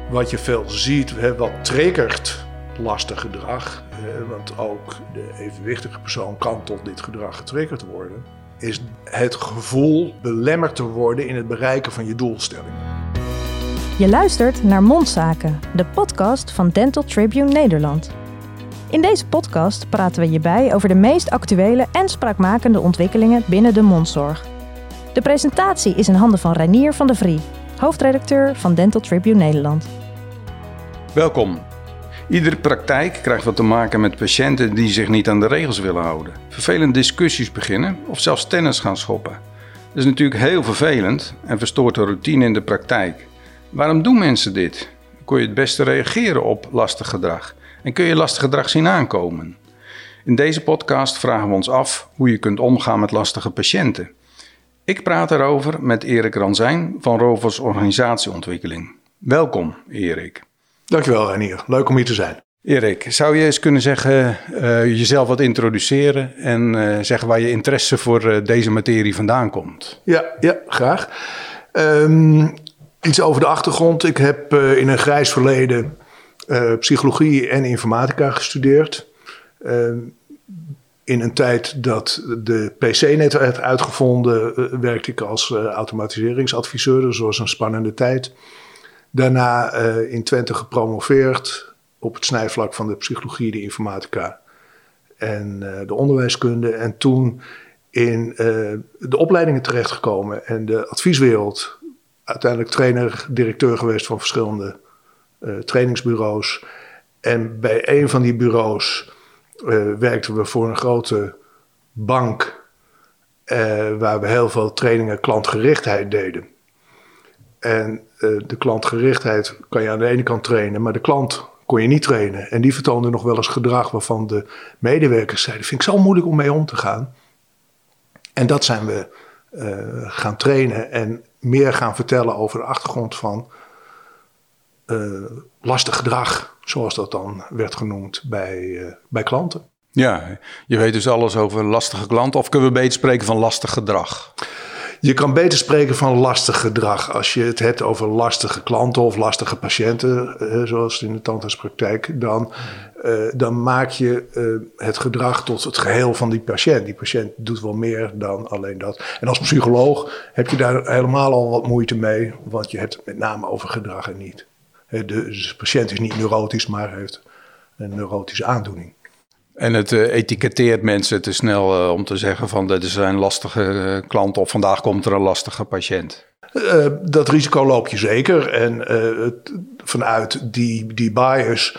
Wat je veel ziet, wat triggert lastig gedrag, want ook de evenwichtige persoon kan tot dit gedrag getriggerd worden, is het gevoel belemmerd te worden in het bereiken van je doelstellingen. Je luistert naar Mondzaken, de podcast van Dental Tribune Nederland. In deze podcast praten we je bij over de meest actuele en spraakmakende ontwikkelingen binnen de mondzorg. De presentatie is in handen van Reinier van der Vrie, hoofdredacteur van Dental Tribune Nederland. Welkom. Iedere praktijk krijgt wat te maken met patiënten die zich niet aan de regels willen houden. Vervelende discussies beginnen of zelfs tennis gaan schoppen. Dat is natuurlijk heel vervelend en verstoort de routine in de praktijk. Waarom doen mensen dit? Kun je het beste reageren op lastig gedrag? En kun je lastig gedrag zien aankomen? In deze podcast vragen we ons af hoe je kunt omgaan met lastige patiënten. Ik praat erover met Erik Ranzijn van Rovers Organisatieontwikkeling. Welkom, Erik. Dankjewel, Reinier. Leuk om hier te zijn. Erik, zou je eens kunnen zeggen, jezelf wat introduceren en zeggen waar je interesse voor deze materie vandaan komt? Ja, graag. Iets over de achtergrond. Ik heb in een grijs verleden psychologie en informatica gestudeerd. In een tijd dat de PC net werd uitgevonden, werkte ik als automatiseringsadviseur. Dus dat was een spannende tijd. Daarna in Twente gepromoveerd op het snijvlak van de psychologie, de informatica en de onderwijskunde. En toen in de opleidingen terechtgekomen en de advieswereld. Uiteindelijk trainer, directeur geweest van verschillende trainingsbureaus. En bij een van die bureaus werkten we voor een grote bank waar we heel veel trainingen klantgerichtheid deden. En de klantgerichtheid kan je aan de ene kant trainen, maar de klant kon je niet trainen. En die vertoonde nog wel eens gedrag waarvan de medewerkers zeiden, vind ik zo moeilijk om mee om te gaan. En dat zijn we gaan trainen en meer gaan vertellen over de achtergrond van lastig gedrag, zoals dat dan werd genoemd bij klanten. Ja, je weet dus alles over lastige klanten, of kunnen we beter spreken van lastig gedrag? Je kan beter spreken van lastig gedrag als je het hebt over lastige klanten of lastige patiënten, zoals in de tandartspraktijk. Dan maak je het gedrag tot het geheel van die patiënt. Die patiënt doet wel meer dan alleen dat. En als psycholoog heb je daar helemaal al wat moeite mee, want je hebt het met name over gedrag en niet. Dus de patiënt is niet neurotisch, maar heeft een neurotische aandoening. En het etiketteert mensen te snel om te zeggen van dit is een lastige klant of vandaag komt er een lastige patiënt. Dat risico loop je zeker. En vanuit die bias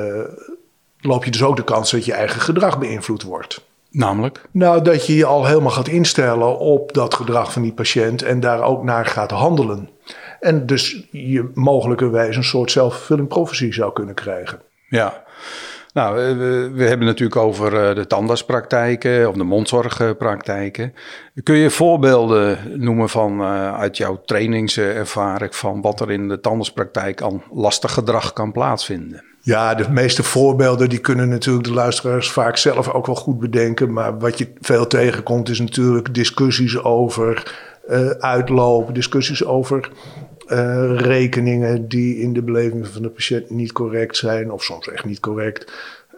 loop je dus ook de kans dat je eigen gedrag beïnvloed wordt. Namelijk? Nou, dat je je al helemaal gaat instellen op dat gedrag van die patiënt en daar ook naar gaat handelen. En dus je mogelijkerwijs een soort self-fulfilling prophecy zou kunnen krijgen. Ja. Nou, we hebben het natuurlijk over de tandartspraktijken of de mondzorgpraktijken. Kun je voorbeelden noemen van uit jouw trainingservaring van wat er in de tandartspraktijk aan lastig gedrag kan plaatsvinden? Ja, de meeste voorbeelden die kunnen natuurlijk de luisteraars vaak zelf ook wel goed bedenken. Maar wat je veel tegenkomt is natuurlijk discussies over uitloop, discussies over rekeningen die in de beleving van de patiënt niet correct zijn of soms echt niet correct.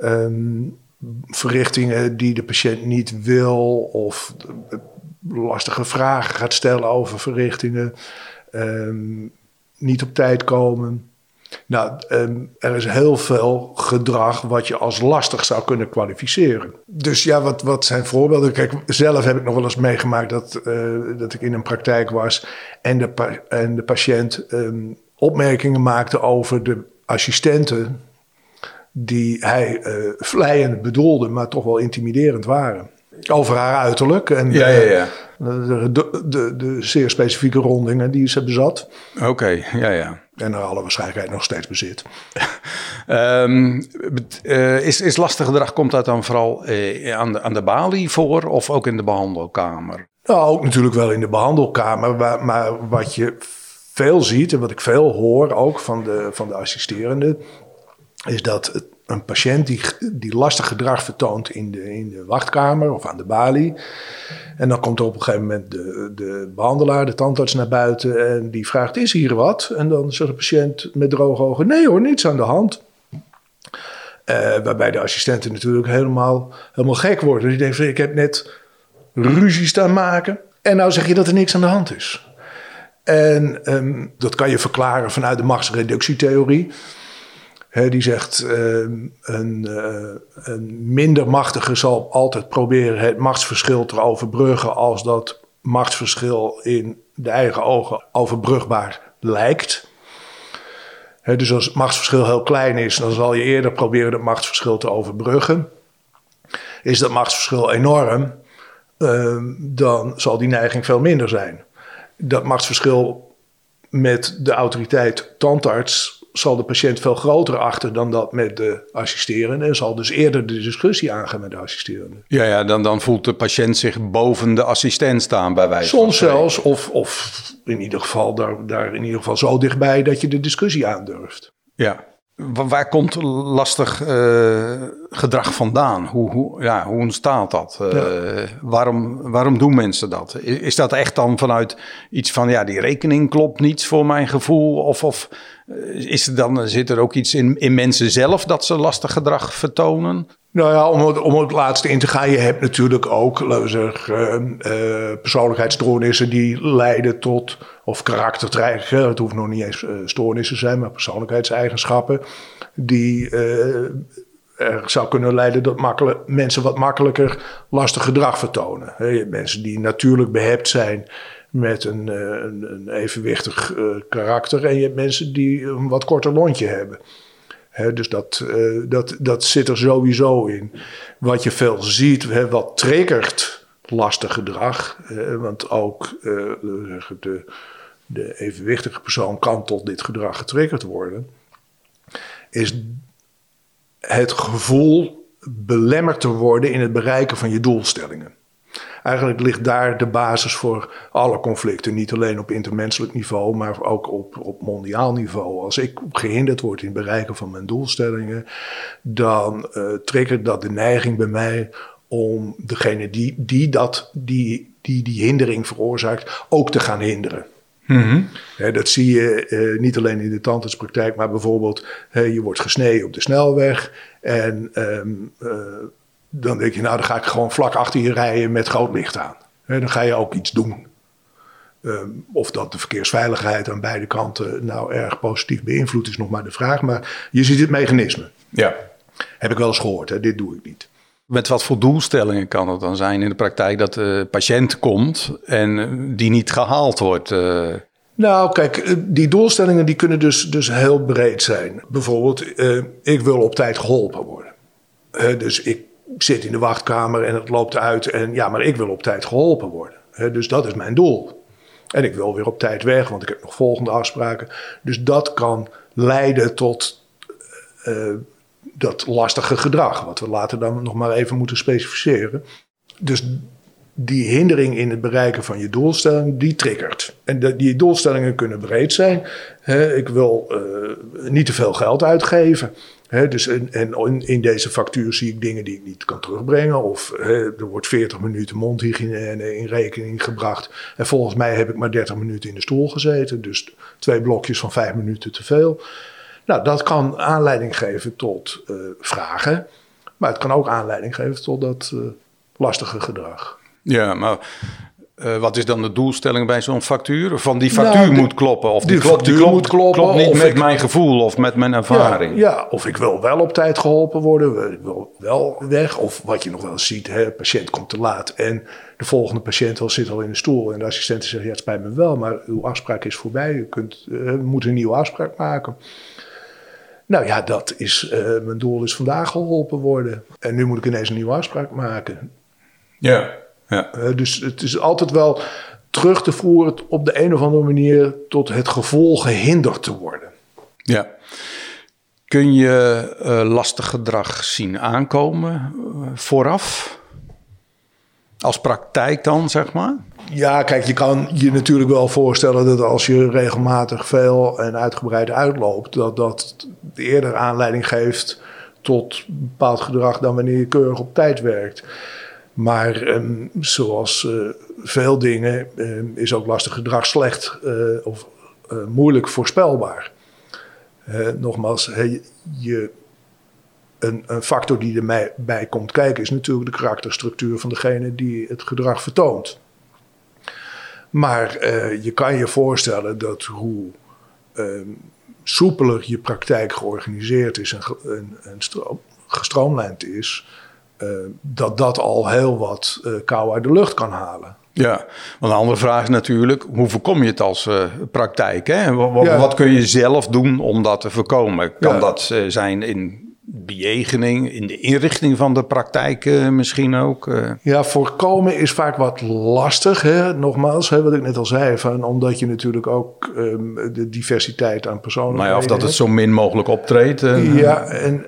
Verrichtingen die de patiënt niet wil of lastige vragen gaat stellen over verrichtingen. Niet op tijd komen. Nou, er is heel veel gedrag wat je als lastig zou kunnen kwalificeren. Dus ja, wat zijn voorbeelden? Kijk, zelf heb ik nog wel eens meegemaakt dat ik in een praktijk was en de patiënt opmerkingen maakte over de assistenten die hij vleiend bedoelde, maar toch wel intimiderend waren. Over haar uiterlijk en de zeer specifieke rondingen die ze bezat. Oké. En naar alle waarschijnlijkheid nog steeds bezit. Is lastig gedrag, komt dat dan vooral aan de balie voor of ook in de behandelkamer? Nou, ook natuurlijk wel in de behandelkamer. Maar wat je veel ziet en wat ik veel hoor ook van de assisterenden, is dat een patiënt die lastig gedrag vertoont in de wachtkamer of aan de balie. En dan komt er op een gegeven moment de behandelaar, de tandarts naar buiten en die vraagt, is hier wat? En dan zegt de patiënt met droge ogen, nee hoor, niets aan de hand. Waarbij de assistenten natuurlijk helemaal gek worden. Die denken, ik heb net ruzie staan maken en nou zeg je dat er niks aan de hand is. En dat kan je verklaren vanuit de machtsreductietheorie. Die zegt, een minder machtige zal altijd proberen het machtsverschil te overbruggen als dat machtsverschil in de eigen ogen overbrugbaar lijkt. Dus als het machtsverschil heel klein is, dan zal je eerder proberen dat machtsverschil te overbruggen. Is dat machtsverschil enorm, dan zal die neiging veel minder zijn. Dat machtsverschil met de autoriteit tandarts zal de patiënt veel groter achten dan dat met de assisterende. En zal dus eerder de discussie aangaan met de assisterende. Ja, dan voelt de patiënt zich boven de assistent staan bij wijze van soms zelfs, of in ieder geval daar in ieder geval zo dichtbij dat je de discussie aandurft. Ja. Waar komt lastig gedrag vandaan? Hoe ontstaat dat? Waarom doen mensen dat? Is dat echt dan vanuit iets van, die rekening klopt niet voor mijn gevoel? Of zit er ook iets in mensen zelf dat ze lastig gedrag vertonen? Nou ja, om het laatste in te gaan, je hebt natuurlijk ook, laten we zeggen, persoonlijkheidsstoornissen die leiden tot, of karaktertrekken, het hoeft nog niet eens stoornissen te zijn, maar persoonlijkheidseigenschappen, die er zou kunnen leiden dat mensen wat makkelijker lastig gedrag vertonen. Je hebt mensen die natuurlijk behept zijn met een evenwichtig karakter en je hebt mensen die een wat korter lontje hebben. Dus dat zit er sowieso in. Wat je veel ziet, wat triggert lastig gedrag. Want ook de evenwichtige persoon kan tot dit gedrag getriggerd worden. Is het gevoel belemmerd te worden in het bereiken van je doelstellingen. Eigenlijk ligt daar de basis voor alle conflicten. Niet alleen op intermenselijk niveau, maar ook op mondiaal niveau. Als ik gehinderd word in het bereiken van mijn doelstellingen, dan triggert dat de neiging bij mij om degene die hindering veroorzaakt ook te gaan hinderen. Mm-hmm. Dat zie je niet alleen in de tandartspraktijk, maar bijvoorbeeld je wordt gesneden op de snelweg en dan denk je, dan ga ik gewoon vlak achter je rijden met groot licht aan. Dan ga je ook iets doen. Of dat de verkeersveiligheid aan beide kanten nou erg positief beïnvloedt is nog maar de vraag. Maar je ziet het mechanisme. Ja. Heb ik wel eens gehoord, dit doe ik niet. Met wat voor doelstellingen kan het dan zijn in de praktijk dat de patiënt komt en die niet gehaald wordt? Nou, kijk, die doelstellingen die kunnen dus heel breed zijn. Bijvoorbeeld, ik wil op tijd geholpen worden. Dus ik zit in de wachtkamer en het loopt uit en maar ik wil op tijd geholpen worden. Dus dat is mijn doel. En ik wil weer op tijd weg, want ik heb nog volgende afspraken. Dus dat kan leiden tot dat lastige gedrag, wat we later dan nog maar even moeten specificeren. Dus die hindering in het bereiken van je doelstelling, die triggert. En die doelstellingen kunnen breed zijn. Ik wil niet te veel geld uitgeven. Dus in deze factuur zie ik dingen die ik niet kan terugbrengen. Of er wordt 40 minuten mondhygiëne in rekening gebracht. En volgens mij heb ik maar 30 minuten in de stoel gezeten. Dus 2 blokjes van 5 minuten te veel. Nou, dat kan aanleiding geven tot vragen. Maar het kan ook aanleiding geven tot dat lastige gedrag. Ja, maar wat is dan de doelstelling bij zo'n factuur? Van die factuur moet kloppen. Of die factuur moet klopt niet met mijn gevoel of met mijn ervaring. Ja, of ik wil wel op tijd geholpen worden. Ik wil wel weg. Of wat je nog wel eens ziet, de patiënt komt te laat. En de volgende patiënt zit al in de stoel. En de assistent zegt, het spijt me wel, maar uw afspraak is voorbij. We moeten een nieuwe afspraak maken. Nou ja, dat is, mijn doel is vandaag geholpen worden. En nu moet ik ineens een nieuwe afspraak maken. Ja. Dus het is altijd wel terug te voeren op de een of andere manier tot het gevolg gehinderd te worden. Ja. Kun je lastig gedrag zien aankomen vooraf? Als praktijk dan, zeg maar? Ja, kijk, je kan je natuurlijk wel voorstellen dat als je regelmatig veel en uitgebreid uitloopt, dat eerder aanleiding geeft tot bepaald gedrag dan wanneer je keurig op tijd werkt. Maar zoals veel dingen is ook lastig gedrag slecht of moeilijk voorspelbaar. Nogmaals, een factor die erbij komt kijken is natuurlijk de karakterstructuur van degene die het gedrag vertoont. Maar je kan je voorstellen dat hoe soepeler je praktijk georganiseerd is en gestroomlijnd is, dat al heel wat kou uit de lucht kan halen. Ja, want een andere vraag is natuurlijk, hoe voorkom je het als praktijk? Hè? Wat kun je zelf doen om dat te voorkomen? Kan dat zijn in bejegening, in de inrichting van de praktijk misschien ook? Ja, voorkomen is vaak wat lastig. Hè? Nogmaals, wat ik net al zei, omdat je natuurlijk ook de diversiteit aan personen hebt. Of dat het zo min mogelijk optreedt. Ja, en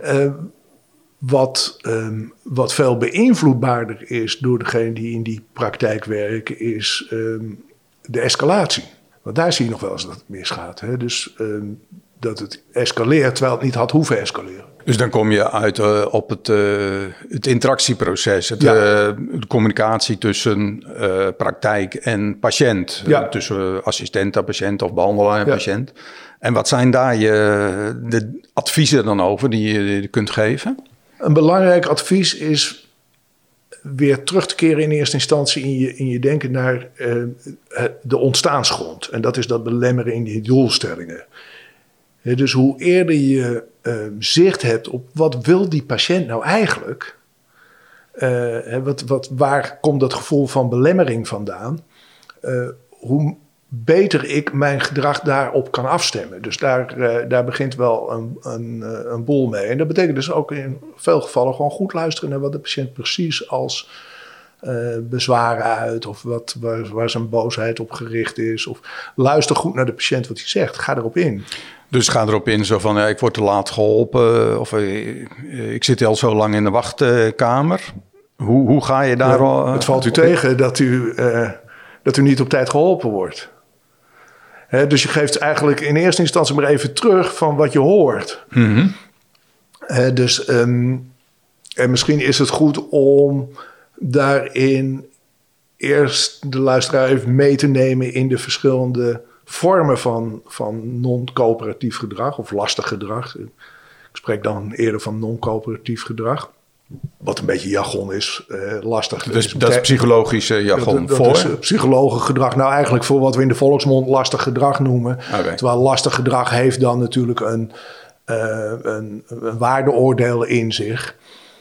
wat veel beïnvloedbaarder is door degene die in die praktijk werken, is de escalatie. Want daar zie je nog wel eens dat het misgaat. Hè? Dus dat het escaleert terwijl het niet had hoeven escaleren. Dus dan kom je uit op het interactieproces, de communicatie tussen praktijk en patiënt. Ja. Tussen assistent en patiënt of behandelaar en patiënt. En wat zijn daar de adviezen dan over die je kunt geven? Een belangrijk advies is weer terug te keren in eerste instantie in je denken naar de ontstaansgrond. En dat is dat belemmeren in die doelstellingen. Dus hoe eerder je zicht hebt op wat wil die patiënt nou eigenlijk, waar komt dat gevoel van belemmering vandaan, hoe beter ik mijn gedrag daarop kan afstemmen. Dus daar begint wel een boel mee. En dat betekent dus ook in veel gevallen gewoon goed luisteren naar wat de patiënt precies als bezwaren uit, of waar zijn boosheid op gericht is. Of luister goed naar de patiënt wat hij zegt. Ga erop in. Dus ga erop in zo van, ik word te laat geholpen, of ik zit al zo lang in de wachtkamer. Hoe ga je daar al? Het valt u tegen dat u niet op tijd geholpen wordt. Dus je geeft eigenlijk in eerste instantie maar even terug van wat je hoort. Mm-hmm. En misschien is het goed om daarin eerst de luisteraar even mee te nemen in de verschillende vormen van non-coöperatief gedrag of lastig gedrag. Ik spreek dan eerder van non-coöperatief gedrag. Wat een beetje jargon is, lastig. Dus dat is psychologisch jargon dat is psychologengedrag. Nou, eigenlijk voor wat we in de volksmond lastig gedrag noemen. Okay. Terwijl lastig gedrag heeft dan natuurlijk een waardeoordeel in zich.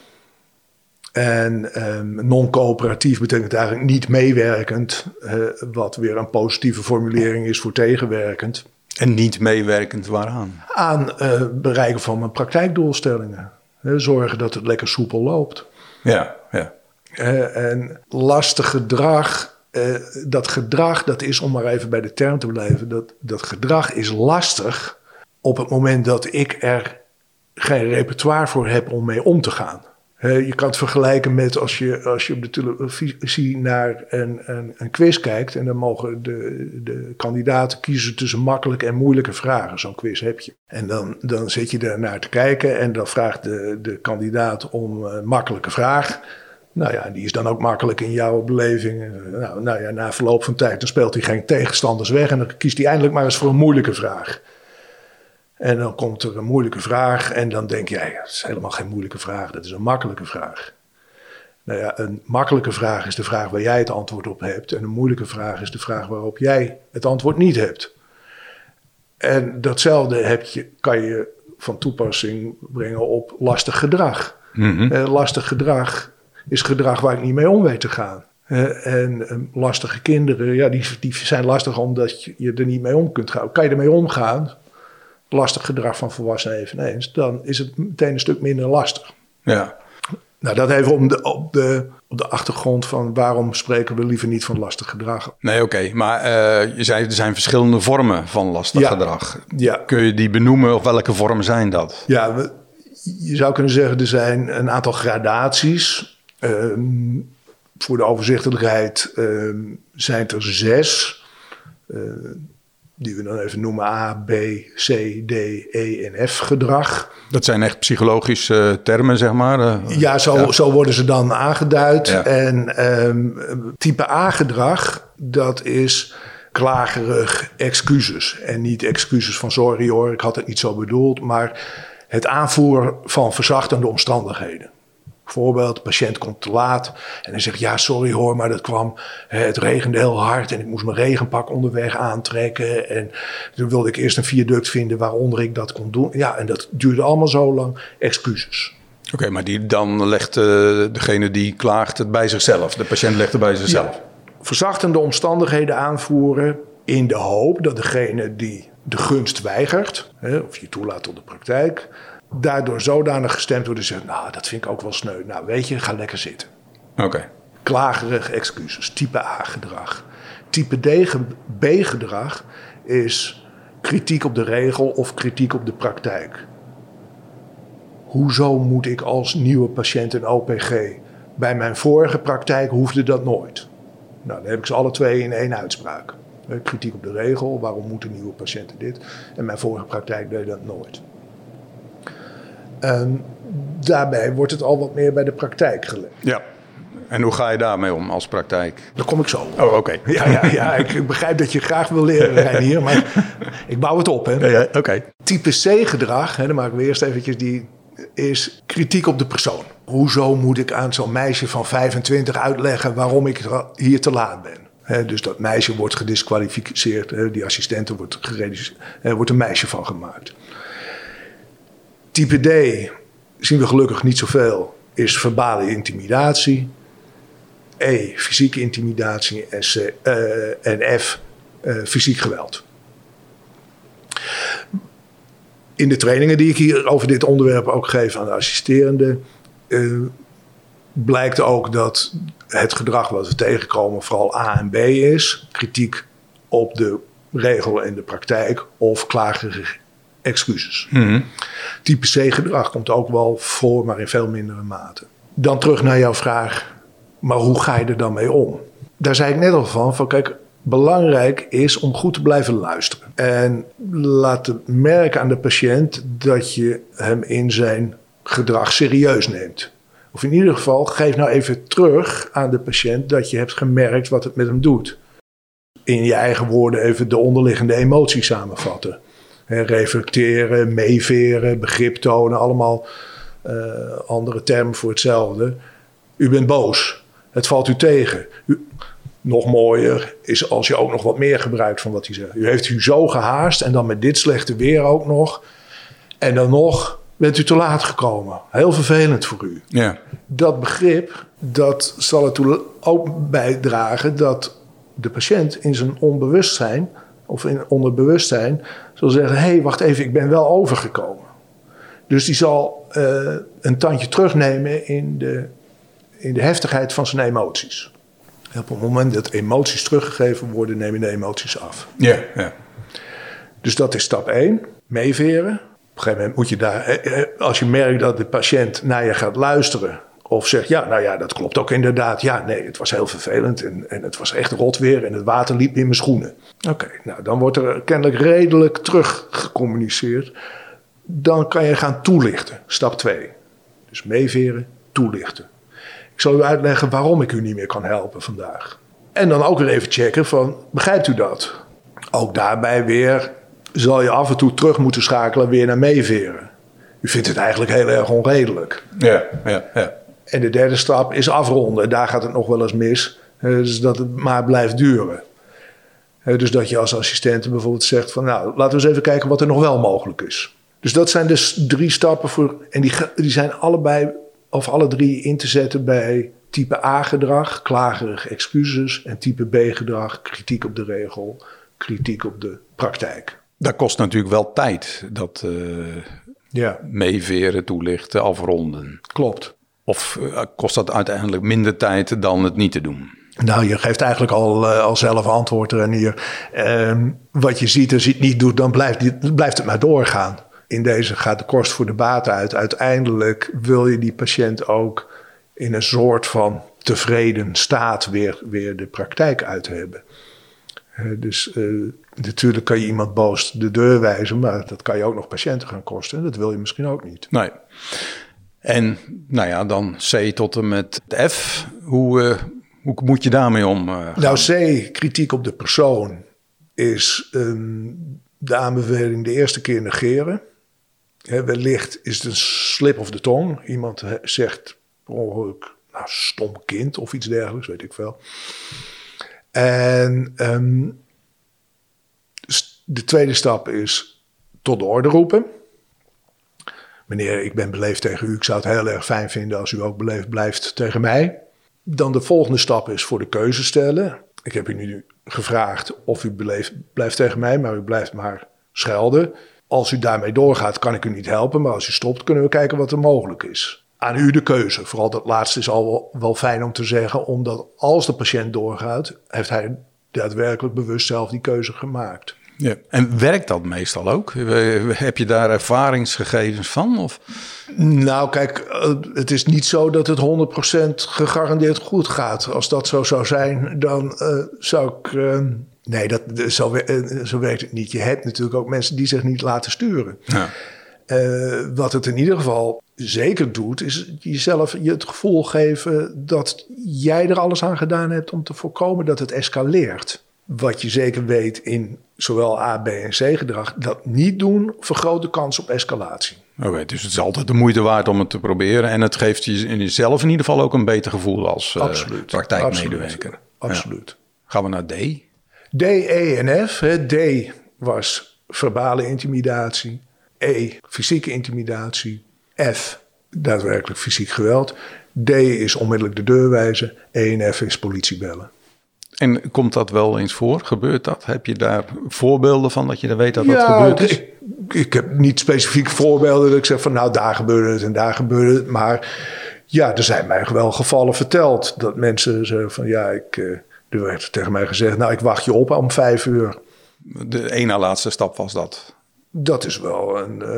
En non-coöperatief betekent eigenlijk niet meewerkend. Wat weer een positieve formulering is voor tegenwerkend. En niet meewerkend waaraan? Aan bereiken van mijn praktijkdoelstellingen. Zorgen dat het lekker soepel loopt. Ja. En lastig gedrag, dat is, om maar even bij de term te blijven, dat gedrag is lastig op het moment dat ik er geen repertoire voor heb om mee om te gaan. Je kan het vergelijken met als je op de televisie naar een quiz kijkt en dan mogen de kandidaten kiezen tussen makkelijke en moeilijke vragen. Zo'n quiz heb je. En dan zit je daar naar te kijken en dan vraagt de kandidaat om een makkelijke vraag. Nou ja, die is dan ook makkelijk in jouw beleving. Na verloop van tijd dan speelt hij geen tegenstanders weg en dan kiest hij eindelijk maar eens voor een moeilijke vraag. En dan komt er een moeilijke vraag en dan denk jij, dat is helemaal geen moeilijke vraag, dat is een makkelijke vraag. Nou ja, een makkelijke vraag is de vraag waar jij het antwoord op hebt en een moeilijke vraag is de vraag waarop jij het antwoord niet hebt. En datzelfde kan je van toepassing brengen op lastig gedrag. Mm-hmm. Lastig gedrag is gedrag waar ik niet mee om weet te gaan. En lastige kinderen, ja, die zijn lastig omdat je er niet mee om kunt gaan. Kan je ermee omgaan? Lastig gedrag van volwassenen eveneens, dan is het meteen een stuk minder lastig. Ja. Nou, dat even op de achtergrond van waarom spreken we liever niet van lastig gedrag. Nee, oké. Maar je zei er zijn verschillende vormen van lastig gedrag. Ja. Kun je die benoemen of welke vormen zijn dat? Ja, je zou kunnen zeggen er zijn een aantal gradaties. Voor de overzichtelijkheid zijn het er 6. die we dan even noemen A, B, C, D, E en F gedrag. Dat zijn echt psychologische termen, zeg maar. Zo worden ze dan aangeduid. Ja. En type A gedrag, dat is klagerig excuses. En niet excuses van sorry hoor, ik had het niet zo bedoeld. Maar het aanvoeren van verzachtende omstandigheden. Bijvoorbeeld, de patiënt komt te laat en hij zegt, ja sorry hoor, maar dat kwam, het regende heel hard en ik moest mijn regenpak onderweg aantrekken. En toen wilde ik eerst een viaduct vinden waaronder ik dat kon doen. Ja, en dat duurde allemaal zo lang. Excuses. Oké, maar dan legt degene die klaagt het bij zichzelf. De patiënt legt het bij zichzelf. Ja, verzachtende omstandigheden aanvoeren in de hoop dat degene die de gunst weigert, of je toelaat tot de praktijk, daardoor zodanig gestemd wordt en zegt, nou, dat vind ik ook wel sneu. Nou, weet je, ga lekker zitten. Oké. Klagerig excuses, type A-gedrag. Type B-gedrag is kritiek op de regel of kritiek op de praktijk. Hoezo moet ik als nieuwe patiënt een OPG? Bij mijn vorige praktijk hoefde dat nooit. Nou, dan heb ik ze alle twee in één uitspraak. Kritiek op de regel, waarom moeten nieuwe patiënten dit? En mijn vorige praktijk deed dat nooit. Daarbij wordt het al wat meer bij de praktijk gelegd. Ja. En hoe ga je daarmee om als praktijk? Daar kom ik zo. Oh, oké. Ja, ik begrijp dat je graag wil leren, Reinier, maar ik bouw het op. Hè. Ja, oké. Type C-gedrag, dan maken we eerst eventjes die, is kritiek op de persoon. Hoezo moet ik aan zo'n meisje van 25 uitleggen waarom ik hier te laat ben? Dus dat meisje wordt gediskwalificeerd, die assistente wordt wordt een meisje van gemaakt. Type D zien we gelukkig niet zoveel, is verbale intimidatie. E, fysieke intimidatie en F, fysiek geweld. In de trainingen die ik hier over dit onderwerp ook geef aan de assisterenden, blijkt ook dat het gedrag wat we tegenkomen vooral A en B is. Kritiek op de regel en de praktijk of klagerige excuses. Mm-hmm. Type C gedrag komt ook wel voor, maar in veel mindere mate. Dan terug naar jouw vraag, maar hoe ga je er dan mee om? Daar zei ik net al van kijk, belangrijk is om goed te blijven luisteren. En laten merken aan de patiënt dat je hem in zijn gedrag serieus neemt. Of in ieder geval, geef nou even terug aan de patiënt dat je hebt gemerkt wat het met hem doet. In je eigen woorden even de onderliggende emoties samenvatten. Reflecteren, meeveren, begrip tonen, allemaal andere termen voor hetzelfde. U bent boos, het valt u tegen. Nog mooier is als je ook nog wat meer gebruikt van wat hij zegt. U heeft u zo gehaast en dan met dit slechte weer ook nog. En dan nog bent u te laat gekomen. Heel vervelend voor u. Ja. Dat begrip, dat zal ertoe ook bijdragen dat de patiënt in zijn onbewustzijn of in onderbewustzijn zal zeggen, hé, wacht even, ik ben wel overgekomen. Dus die zal een tandje terugnemen in de heftigheid van zijn emoties. En op het moment dat emoties teruggegeven worden, nemen de emoties af. Ja. Dus dat is stap 1, meeveren. Op een gegeven moment moet je daar, als je merkt dat de patiënt naar je gaat luisteren of zegt, ja, nou ja, dat klopt ook inderdaad. Ja, nee, het was heel vervelend en het was echt rot weer en het water liep in mijn schoenen. Oké, nou dan wordt er kennelijk redelijk teruggecommuniceerd. Dan kan je gaan toelichten, stap 2. Dus meeveren, toelichten. Ik zal u uitleggen waarom ik u niet meer kan helpen vandaag. En dan ook weer even checken van, begrijpt u dat? Ook daarbij weer zal je af en toe terug moeten schakelen weer naar meeveren. U vindt het eigenlijk heel erg onredelijk. Ja. En de derde stap is afronden. Daar gaat het nog wel eens mis. Dus dat het maar blijft duren. Dus dat je als assistent bijvoorbeeld zegt van, nou, laten we eens even kijken wat er nog wel mogelijk is. Dus dat zijn dus 3 stappen voor. En die zijn allebei of alle 3 in te zetten bij type A-gedrag, klagerig excuses, en type B-gedrag, kritiek op de regel, kritiek op de praktijk. Dat kost natuurlijk wel tijd, dat meeveren, toelichten, afronden. Klopt. Of kost dat uiteindelijk minder tijd dan het niet te doen? Nou, je geeft eigenlijk al zelf antwoord erin hier. Wat je ziet als je het niet doet, dan blijft het maar doorgaan. In deze gaat de kost voor de baat uit. Uiteindelijk wil je die patiënt ook in een soort van tevreden staat weer de praktijk uit hebben. Dus natuurlijk kan je iemand boos de deur wijzen, maar dat kan je ook nog patiënten gaan kosten. Dat wil je misschien ook niet. Nee. En nou ja, dan C tot en met F. Hoe moet je daarmee om? Nou, C, kritiek op de persoon, is de aanbeveling de eerste keer negeren. Wellicht is het een slip of de tong. Iemand zegt per ongeluk, nou, stom kind of iets dergelijks, weet ik veel. En de tweede stap is tot de orde roepen. Meneer, ik ben beleefd tegen u. Ik zou het heel erg fijn vinden als u ook beleefd blijft tegen mij. Dan de volgende stap is voor de keuze stellen. Ik heb u nu gevraagd of u beleefd blijft tegen mij, maar u blijft maar schelden. Als u daarmee doorgaat, kan ik u niet helpen. Maar als u stopt, kunnen we kijken wat er mogelijk is. Aan u de keuze. Vooral dat laatste is al wel fijn om te zeggen. Omdat als de patiënt doorgaat, heeft hij daadwerkelijk bewust zelf die keuze gemaakt. Ja. En werkt dat meestal ook? Heb je daar ervaringsgegevens van? Of? Nou, kijk, het is niet zo dat het 100% gegarandeerd goed gaat. Als dat zo zou zijn, dan zou ik... Nee, zo werkt het niet. Je hebt natuurlijk ook mensen die zich niet laten sturen. Ja. Wat het in ieder geval zeker doet, is jezelf je het gevoel geven dat jij er alles aan gedaan hebt om te voorkomen dat het escaleert. Wat je zeker weet in zowel A, B en C gedrag, dat niet doen vergroot de kans op escalatie. Oké, dus het is altijd de moeite waard om het te proberen. En het geeft je in jezelf in ieder geval ook een beter gevoel als praktijkmedewerker. Absoluut. Ja. Gaan we naar D? D, E en F. D was verbale intimidatie. E, fysieke intimidatie. F, daadwerkelijk fysiek geweld. D is onmiddellijk de deur wijzen. E en F is politie bellen. En komt dat wel eens voor? Gebeurt dat? Heb je daar voorbeelden van dat je er weet dat dat gebeurd is? Ik heb niet specifiek voorbeelden dat ik zeg van nou daar gebeurde het en daar gebeurde het. Maar ja, er zijn mij wel gevallen verteld dat mensen zeggen van ja, er werd tegen mij gezegd nou ik wacht je op om 5 uur. De ene laatste stap was dat? Dat is wel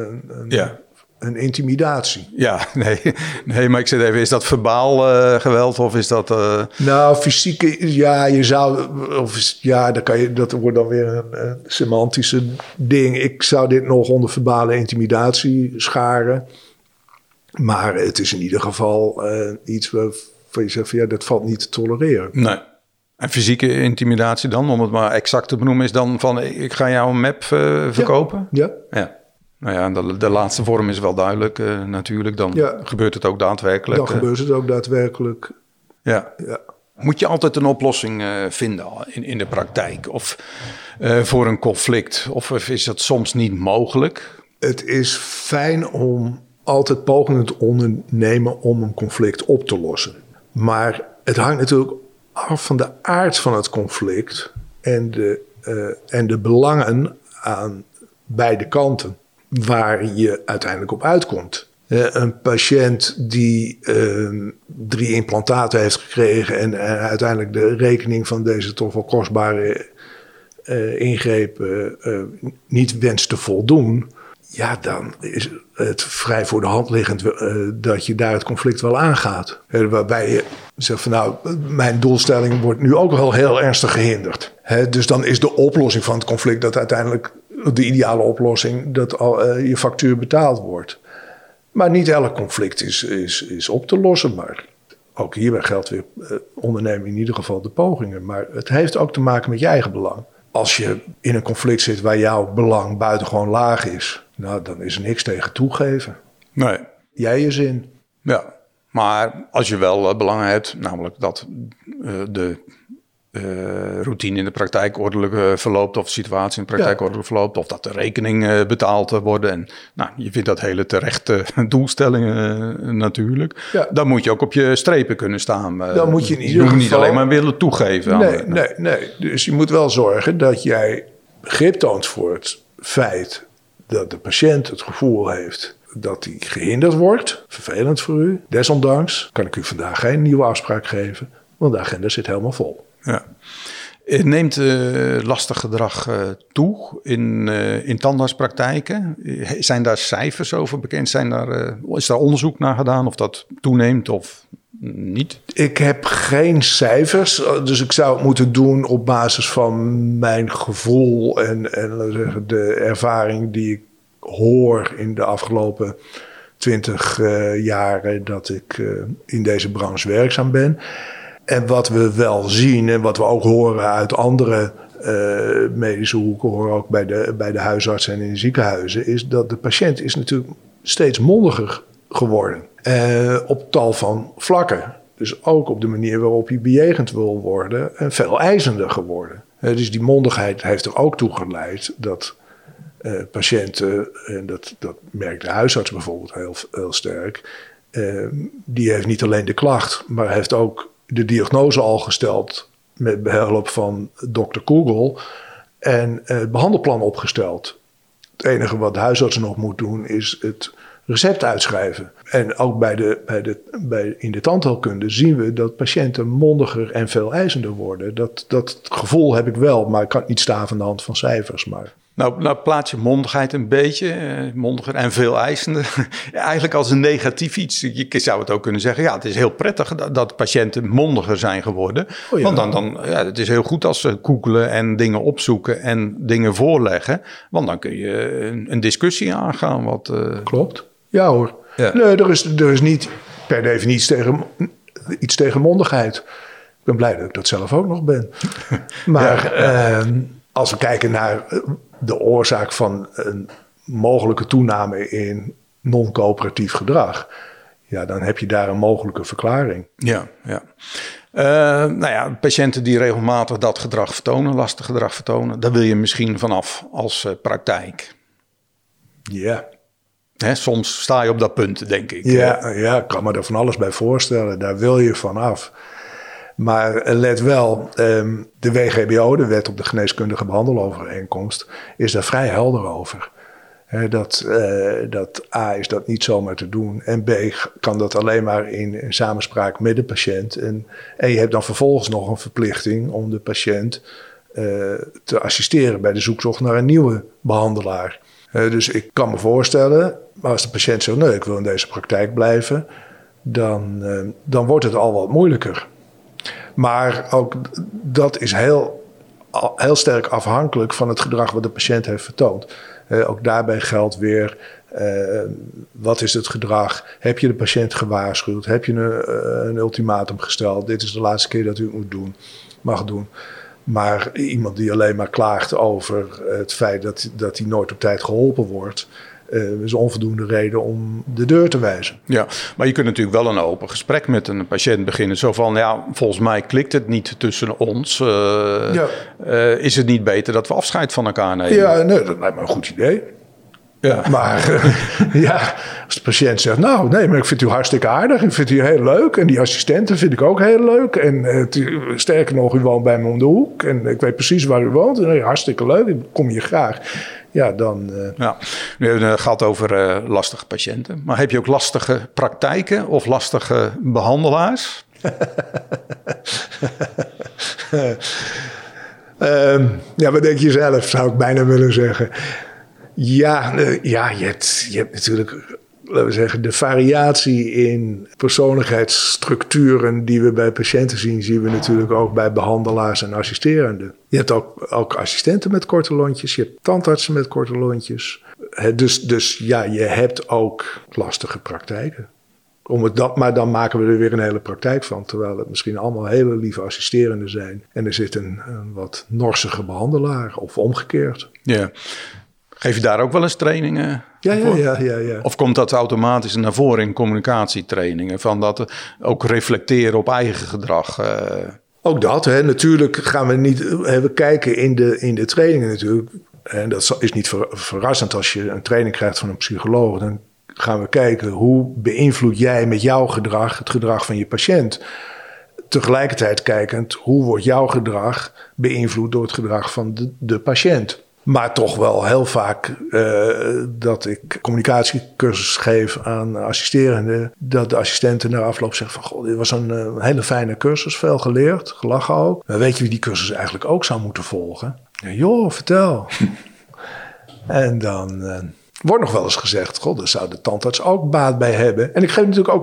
een intimidatie. Ja, nee, maar ik zit even, is dat verbaal geweld of is dat... Nou, fysieke, ja, je zou... dan kan je, dat wordt dan weer een semantische ding. Ik zou dit nog onder verbale intimidatie scharen. Maar het is in ieder geval iets waarvan je zegt van ja, dat valt niet te tolereren. Nee. En fysieke intimidatie dan, om het maar exact te benoemen, is dan van ik ga jou een map verkopen? Ja. Nou ja, de laatste vorm is wel duidelijk natuurlijk. Dan gebeurt het ook daadwerkelijk. Dan gebeurt het ook daadwerkelijk. Ja. Moet je altijd een oplossing vinden in de praktijk? Of voor een conflict? Of is dat soms niet mogelijk? Het is fijn om altijd pogingen te ondernemen om een conflict op te lossen. Maar het hangt natuurlijk af van de aard van het conflict en de belangen aan beide kanten waar je uiteindelijk op uitkomt. Een patiënt die 3 implantaten heeft gekregen en uiteindelijk de rekening van deze toch wel kostbare ingrepen niet wenst te voldoen. Ja, dan is het vrij voor de hand liggend dat je daar het conflict wel aangaat. Waarbij je zegt van nou, mijn doelstelling wordt nu ook wel heel ernstig gehinderd. Dus dan is de oplossing van het conflict dat uiteindelijk de ideale oplossing dat je factuur betaald wordt. Maar niet elk conflict is op te lossen. Maar ook hierbij geldt weer ondernemen in ieder geval de pogingen. Maar het heeft ook te maken met je eigen belang. Als je in een conflict zit waar jouw belang buitengewoon laag is, nou, dan is er niks tegen toegeven. Nee. Jij je zin. Ja, maar als je wel belangen hebt, namelijk dat de routine in de praktijk ordelijk verloopt, of de situatie in de praktijk ordelijk verloopt, of dat de rekening betaald wordt. En nou, je vindt dat hele terechte doelstellingen natuurlijk. Ja. Dan moet je ook op je strepen kunnen staan. Dan moet je in ieder geval niet alleen maar willen toegeven. Nee. Dus je moet wel zorgen dat jij begrip toont voor het feit dat de patiënt het gevoel heeft dat hij gehinderd wordt. Vervelend voor u. Desondanks kan ik u vandaag geen nieuwe afspraak geven, want de agenda zit helemaal vol. Ja. Neemt lastig gedrag toe in tandartspraktijken? Zijn daar cijfers over bekend? Is daar onderzoek naar gedaan of dat toeneemt? Of niet? Ik heb geen cijfers, dus ik zou het moeten doen op basis van mijn gevoel en laten we zeggen, de ervaring die ik hoor in de afgelopen 20 jaren dat ik in deze branche werkzaam ben. En wat we wel zien en wat we ook horen uit andere medische hoeken, horen ook bij de huisartsen en in de ziekenhuizen, is dat de patiënt is natuurlijk steeds mondiger geworden. Op tal van vlakken. Dus ook op de manier waarop je bejegend wil worden en veel eisender geworden. Dus die mondigheid heeft er ook toe geleid dat patiënten, en dat merkt de huisarts bijvoorbeeld heel sterk, die heeft niet alleen de klacht, maar heeft ook de diagnose al gesteld met behulp van dokter Google en het behandelplan opgesteld. Het enige wat de huisarts nog moet doen is het recept uitschrijven. En ook in de tandheelkunde zien we dat patiënten mondiger en veel eisender worden. Dat gevoel heb ik wel, maar ik kan het niet staven aan de hand van cijfers. Maar. Nou plaats je mondigheid een beetje, mondiger en veel eisender, eigenlijk als een negatief iets. Je zou het ook kunnen zeggen, ja, het is heel prettig dat patiënten mondiger zijn geworden. Oh ja. Want het is heel goed als ze googelen en dingen opzoeken en dingen voorleggen. Want dan kun je een discussie aangaan. Klopt, ja hoor. Ja. Nee, er is niet per definitie iets tegen mondigheid. Ik ben blij dat ik dat zelf ook nog ben. Maar als we kijken naar de oorzaak van een mogelijke toename in non-coöperatief gedrag, ja, dan heb je daar een mogelijke verklaring. Ja. Patiënten die regelmatig dat gedrag vertonen, lastig gedrag vertonen, daar wil je misschien vanaf als praktijk. Ja. Soms sta je op dat punt, denk ik. Ja, ik kan me er van alles bij voorstellen. Daar wil je vanaf. Maar let wel, de WGBO, de Wet op de Geneeskundige Behandelovereenkomst, is daar vrij helder over. Dat A is dat niet zomaar te doen. En B kan dat alleen maar in samenspraak met de patiënt. En je hebt dan vervolgens nog een verplichting om de patiënt te assisteren bij de zoektocht naar een nieuwe behandelaar. Dus ik kan me voorstellen, als de patiënt zegt, nee, ik wil in deze praktijk blijven, dan wordt het al wat moeilijker. Maar ook dat is heel sterk afhankelijk van het gedrag wat de patiënt heeft vertoond. Ook daarbij geldt weer, wat is het gedrag? Heb je de patiënt gewaarschuwd? Heb je een ultimatum gesteld? Dit is de laatste keer dat u het mag doen. Maar iemand die alleen maar klaagt over het feit dat hij nooit op tijd geholpen wordt, is onvoldoende reden om de deur te wijzen. Ja, maar je kunt natuurlijk wel een open gesprek met een patiënt beginnen. Zo van, ja, volgens mij klikt het niet tussen ons. Is het niet beter dat we afscheid van elkaar nemen? Ja, nee, dat lijkt me een goed idee. Ja. Maar als de patiënt zegt, nou nee, maar ik vind u hartstikke aardig. Ik vind u heel leuk. En die assistenten vind ik ook heel leuk. En sterker nog, u woont bij me om de hoek. En ik weet precies waar u woont. En hartstikke leuk, ik kom hier graag. Ja, dan... Nu hebben we het gehad over lastige patiënten. Maar heb je ook lastige praktijken of lastige behandelaars? Wat denk je zelf, zou ik bijna willen zeggen. Ja, je hebt natuurlijk, laten we zeggen, de variatie in persoonlijkheidsstructuren die we bij patiënten zien we natuurlijk ook bij behandelaars en assisterenden. Je hebt ook assistenten met korte lontjes, je hebt tandartsen met korte lontjes. Dus je hebt ook lastige praktijken. Maar dan maken we er weer een hele praktijk van, terwijl het misschien allemaal hele lieve assisterenden zijn. En er zit een wat norsige behandelaar of omgekeerd. Ja. Geef je daar ook wel eens trainingen voor? Ja. Of komt dat automatisch naar voren in communicatietrainingen? Van dat ook reflecteren op eigen gedrag? Ook dat, hè. Natuurlijk gaan we niet... We kijken in de trainingen natuurlijk. En dat is niet verrassend als je een training krijgt van een psycholoog. Dan gaan we kijken, hoe beïnvloed jij met jouw gedrag het gedrag van je patiënt? Tegelijkertijd kijkend, hoe wordt jouw gedrag beïnvloed door het gedrag van de patiënt? Maar toch wel heel vaak dat ik communicatiecursus geef aan assisterenden, dat de assistenten na afloop zeggen van, goh, dit was een hele fijne cursus, veel geleerd, gelachen ook. Maar weet je wie die cursus eigenlijk ook zou moeten volgen? Ja, joh, vertel. En dan wordt nog wel eens gezegd, goh, daar zou de tandarts ook baat bij hebben. En ik geef natuurlijk ook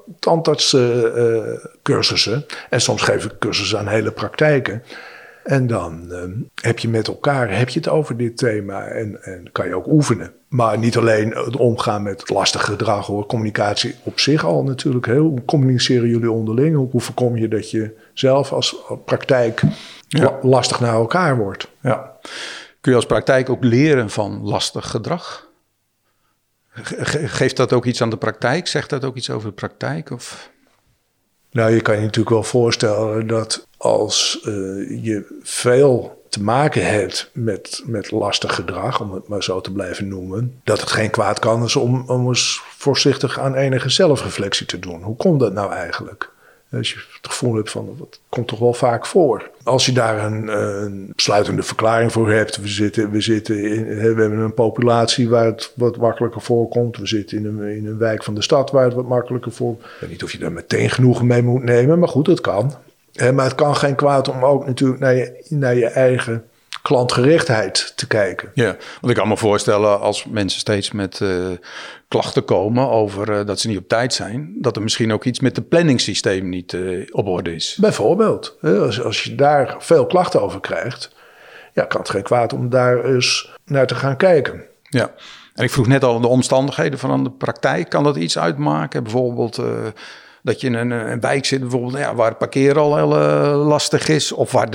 tandartscursussen. En soms geef ik cursussen aan hele praktijken. En dan heb je met elkaar het over dit thema en kan je ook oefenen. Maar niet alleen het omgaan met het lastige gedrag hoor. Communicatie op zich al natuurlijk. Hoe communiceren jullie onderling? Hoe voorkom je dat je zelf als praktijk lastig naar elkaar wordt? Ja. Kun je als praktijk ook leren van lastig gedrag? Geeft dat ook iets aan de praktijk? Zegt dat ook iets over de praktijk? Of? Nou, je kan je natuurlijk wel voorstellen dat als je veel te maken hebt met lastig gedrag, om het maar zo te blijven noemen, dat het geen kwaad kan is om eens voorzichtig aan enige zelfreflectie te doen. Hoe komt dat nou eigenlijk? Als je het gevoel hebt van, dat komt toch wel vaak voor. Als je daar een sluitende verklaring voor hebt. We hebben een populatie waar het wat makkelijker voorkomt. We zitten in een wijk van de stad waar het wat makkelijker voorkomt. Ik weet niet of je daar meteen genoegen mee moet nemen, maar goed, het kan. Maar het kan geen kwaad om ook natuurlijk naar je eigen klantgerichtheid te kijken. Ja, want ik kan me voorstellen als mensen steeds met klachten komen over dat ze niet op tijd zijn, dat er misschien ook iets met het planningssysteem niet op orde is. Bijvoorbeeld, als je daar veel klachten over krijgt, kan het geen kwaad om daar eens naar te gaan kijken. Ja, en ik vroeg net al de omstandigheden van de praktijk. Kan dat iets uitmaken? Bijvoorbeeld dat je in een wijk zit bijvoorbeeld, waar het parkeren al heel lastig is, of waar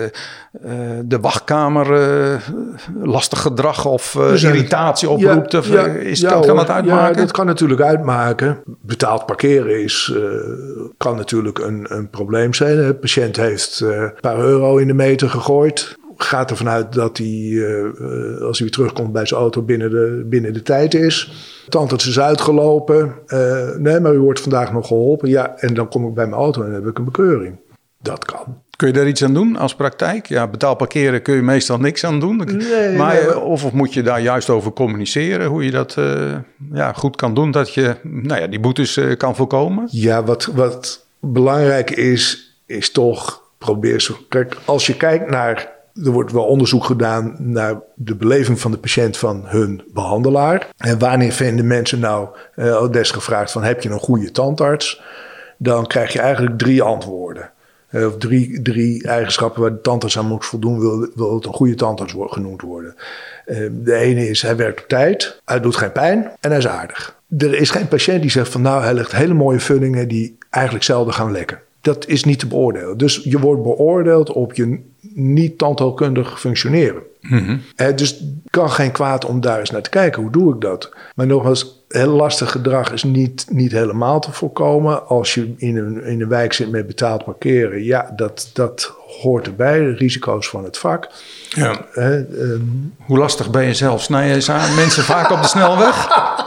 de wachtkamer lastig gedrag of irritatie oproept. Kan dat uitmaken? Ja, dat kan natuurlijk uitmaken. Betaald parkeren kan natuurlijk een probleem zijn. De patiënt heeft een paar euro in de meter gegooid. Gaat ervan uit dat hij, als hij weer terugkomt bij zijn auto, binnen de tijd is. Tandarts is uitgelopen. Nee, maar u wordt vandaag nog geholpen. Ja, en dan kom ik bij mijn auto en dan heb ik een bekeuring. Dat kan. Kun je daar iets aan doen als praktijk? Ja, betaald parkeren kun je meestal niks aan doen. Nee. Of moet je daar juist over communiceren? Hoe je dat goed kan doen, dat je die boetes kan voorkomen? Ja, wat belangrijk is toch kijk, als je kijkt naar, er wordt wel onderzoek gedaan naar de beleving van de patiënt van hun behandelaar. En wanneer vinden mensen nou, desgevraagd van, heb je een goede tandarts? Dan krijg je eigenlijk 3 antwoorden. Of drie eigenschappen waar de tandarts aan moet voldoen, wil het een goede tandarts genoemd worden. De ene is, hij werkt op tijd, hij doet geen pijn en hij is aardig. Er is geen patiënt die zegt van, hij legt hele mooie vullingen die eigenlijk zelden gaan lekken. Dat is niet te beoordelen. Dus je wordt beoordeeld op je niet tandheelkundig functioneren. Mm-hmm. Dus het kan geen kwaad om daar eens naar te kijken. Hoe doe ik dat? Maar nogmaals, heel lastig gedrag is niet helemaal te voorkomen. Als je in een wijk zit met betaald parkeren, dat hoort erbij. De risico's van het vak. Ja. Hoe lastig ben je zelf? Snij je mensen vaak op de snelweg?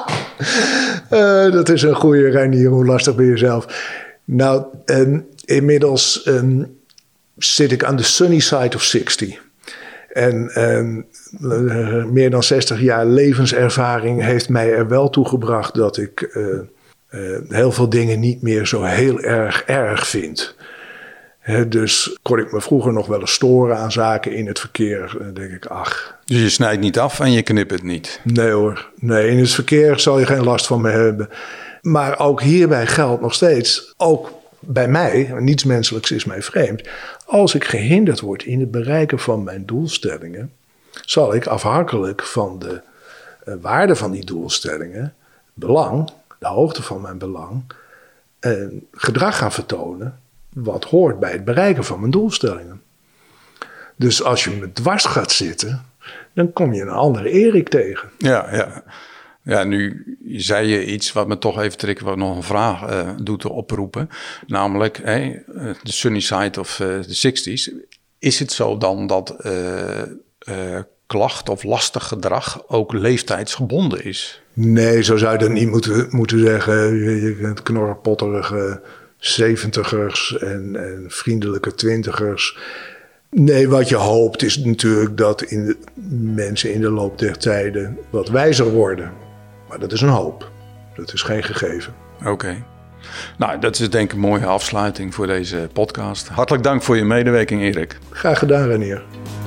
Dat is een goede, Reinier. Hoe lastig ben je zelf? Nou, inmiddels zit ik aan de sunny side of 60. En meer dan 60 jaar levenservaring heeft mij er wel toe gebracht dat ik heel veel dingen niet meer zo heel erg vind. Dus kon ik me vroeger nog wel eens storen aan zaken in het verkeer. Dan denk ik, ach. Dus je snijdt niet af en je knipt het niet? Nee hoor. Nee, in het verkeer zal je geen last van me hebben. Maar ook hierbij geldt nog steeds, ook bij mij, niets menselijks is mij vreemd. Als ik gehinderd word in het bereiken van mijn doelstellingen, zal ik afhankelijk van de waarde van die doelstellingen, belang, de hoogte van mijn belang, gedrag gaan vertonen wat hoort bij het bereiken van mijn doelstellingen. Dus als je me dwars gaat zitten, dan kom je een andere Erik tegen. Ja. Ja, nu zei je iets wat me toch even wat nog een vraag doet te oproepen. Namelijk, de sunny side of de 60s. Is het zo dan dat klacht of lastig gedrag ook leeftijdsgebonden is? Nee, zo zou je dat niet moeten zeggen. Je kent knorrepotterige 70ers en vriendelijke 20ers. Nee, wat je hoopt is natuurlijk dat mensen in de loop der tijden wat wijzer worden. Maar dat is een hoop. Dat is geen gegeven. Oké. Nou, dat is denk ik een mooie afsluiting voor deze podcast. Hartelijk dank voor je medewerking, Erik. Graag gedaan, Reinier.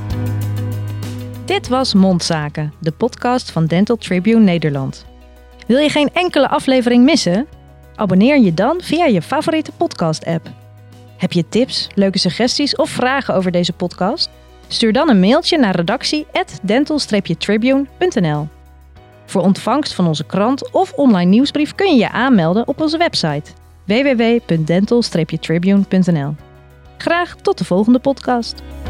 Dit was Mondzaken, de podcast van Dental Tribune Nederland. Wil je geen enkele aflevering missen? Abonneer je dan via je favoriete podcast-app. Heb je tips, leuke suggesties of vragen over deze podcast? Stuur dan een mailtje naar redactie@dental-tribune.nl. Voor ontvangst van onze krant of online nieuwsbrief kun je je aanmelden op onze website www.dental-tribune.nl. Graag tot de volgende podcast.